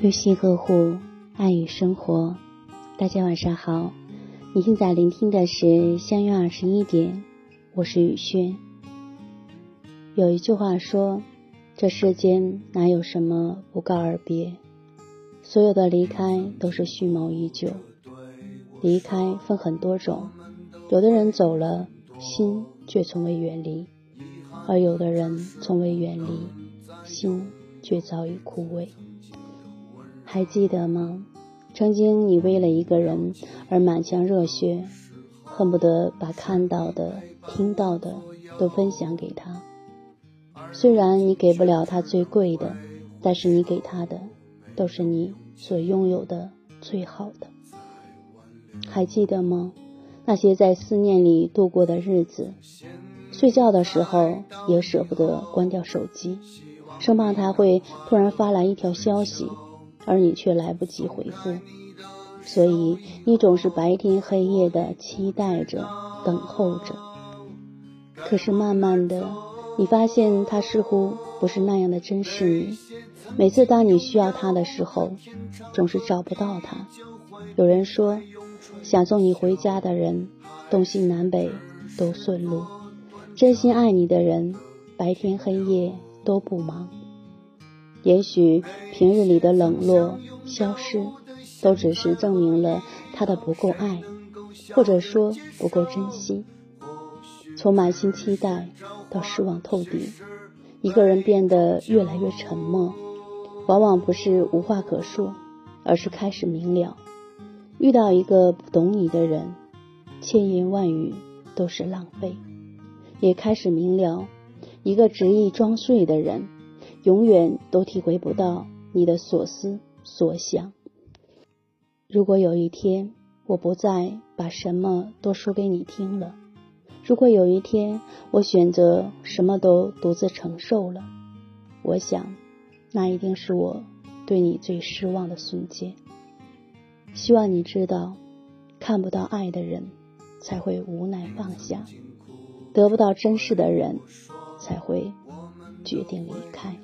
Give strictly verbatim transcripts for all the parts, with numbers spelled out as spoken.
用心呵护，爱与生活。大家晚上好，你现在聆听的是相约二十一点，我是雨轩。有一句话说，这世间哪有什么不告而别，所有的离开都是蓄谋已久。离开分很多种，有的人走了，心却从未远离，而有的人从未远离，心却早已枯萎。还记得吗？曾经你为了一个人而满腔热血，恨不得把看到的听到的都分享给他。虽然你给不了他最贵的，但是你给他的都是你所拥有的最好的。还记得吗？那些在思念里度过的日子，睡觉的时候也舍不得关掉手机，生怕他会突然发来一条消息，而你却来不及回复，所以你总是白天黑夜的期待着，等候着。可是慢慢的，你发现他似乎不是那样的珍视你。每次当你需要他的时候，总是找不到他。有人说，想送你回家的人，东西南北都顺路；真心爱你的人，白天黑夜都不忙。也许平日里的冷落、消失，都只是证明了他的不够爱，或者说不够珍惜。从满心期待到失望透顶，一个人变得越来越沉默，往往不是无话可说，而是开始明了，遇到一个不懂你的人，千言万语都是浪费。也开始明了，一个执意装睡的人，永远都体会不到你的所思所想。如果有一天我不再把什么都说给你听了，如果有一天我选择什么都独自承受了，我想那一定是我对你最失望的瞬间。希望你知道，看不到爱的人才会无奈放下，得不到珍视的人才会决定离开。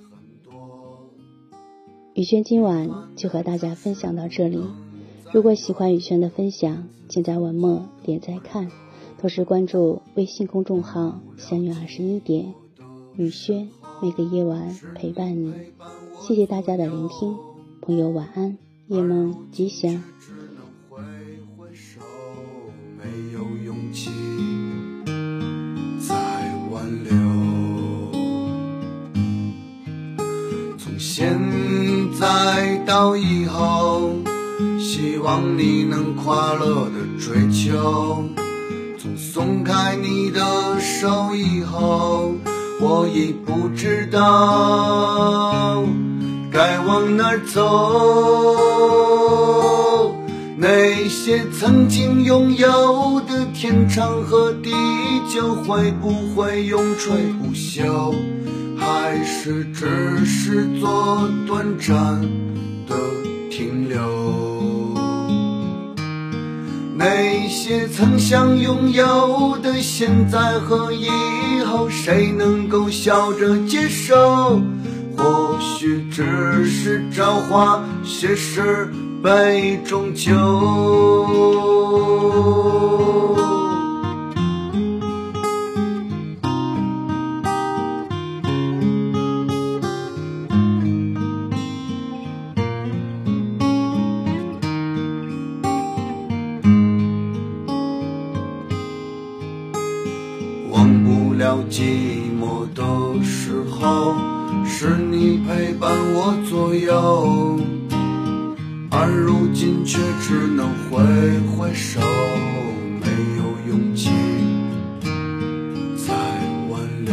雨轩今晚就和大家分享到这里，如果喜欢雨轩的分享，请在文末点赞看，同时关注微信公众号相约二十一点，雨轩每个夜晚陪伴你。谢谢大家的聆听，朋友晚安，夜梦吉祥。 没有勇气再挽留，从现在到以后，希望你能快乐的追求。从松开你的手以后，我已不知道该往哪儿走。那些曾经拥有的天长和地久，会不会永垂不朽，还是只是做短暂的停留？那些曾想拥有的现在和以后，谁能够笑着接受？或许只是朝花谢时杯中酒。忘不了寂寞的时候，是你陪伴我左右，而如今却只能挥挥手，没有勇气再挽留。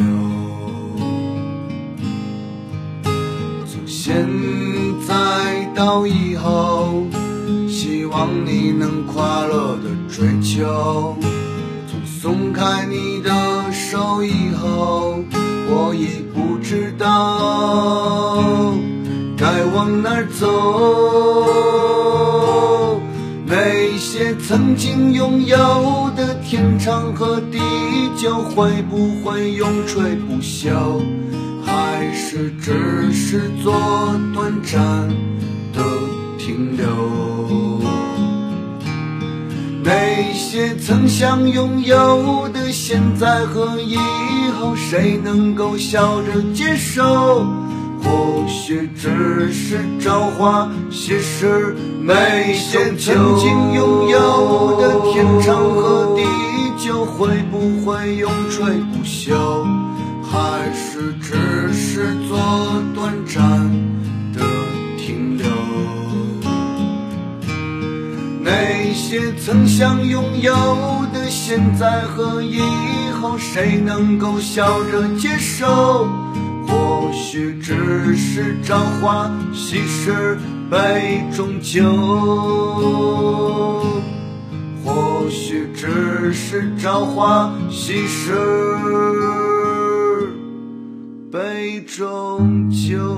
从现在到以后，希望你能快乐的追求。从松开你的手以后，我已不知道该往哪儿走。那些曾经拥有的天长和地久，会不会永垂不朽，还是只是做短暂的的停留。那些曾想拥有的现在和以后，谁能够笑着接受？或许只是朝花夕拾，那些曾经拥有的天长和地久，会不会永垂不朽？还是只是做短暂的停留？那些曾想拥有的现在和以后，谁能够笑着接受？或许只是朝花夕拾杯中酒，或许只是朝花夕拾杯中酒。